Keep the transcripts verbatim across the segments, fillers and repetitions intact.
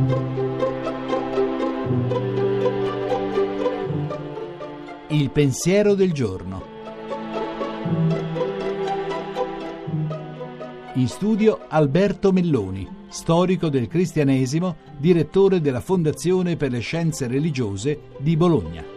Il pensiero del giorno. In studio Alberto Melloni, storico del cristianesimo, direttore della Fondazione per le Scienze Religiose di Bologna.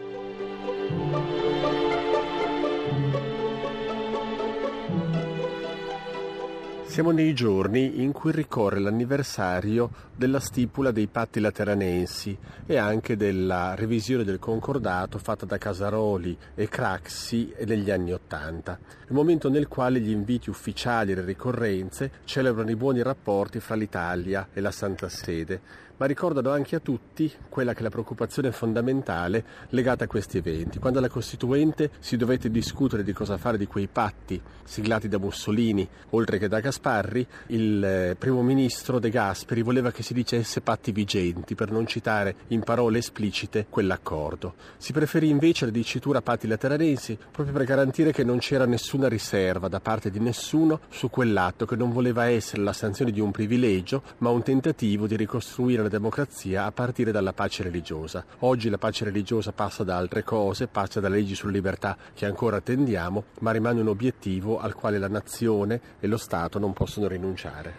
Siamo nei giorni in cui ricorre l'anniversario della stipula dei patti lateranensi e anche della revisione del concordato fatta da Casaroli e Craxi negli anni Ottanta, il momento nel quale gli inviti ufficiali e le ricorrenze celebrano i buoni rapporti fra l'Italia e la Santa Sede, ma ricordano anche a tutti quella che è la preoccupazione fondamentale legata a questi eventi. Quando alla Costituente si dovette discutere di cosa fare di quei patti siglati da Mussolini, oltre che da Gasparri, il primo ministro De Gasperi voleva che si dicesse patti vigenti, per non citare in parole esplicite quell'accordo. Si preferì invece la dicitura patti lateranensi proprio per garantire che non c'era nessuna riserva da parte di nessuno su quell'atto, che non voleva essere la sanzione di un privilegio, ma un tentativo di ricostruire la democrazia a partire dalla pace religiosa. Oggi la pace religiosa passa da altre cose, passa dalle leggi sulla libertà che ancora attendiamo, ma rimane un obiettivo al quale la nazione e lo Stato non possono rinunciare.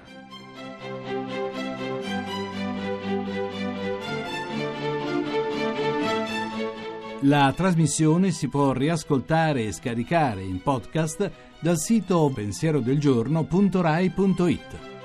La trasmissione si può riascoltare e scaricare in podcast dal sito pensierodelgiorno punto rai punto it.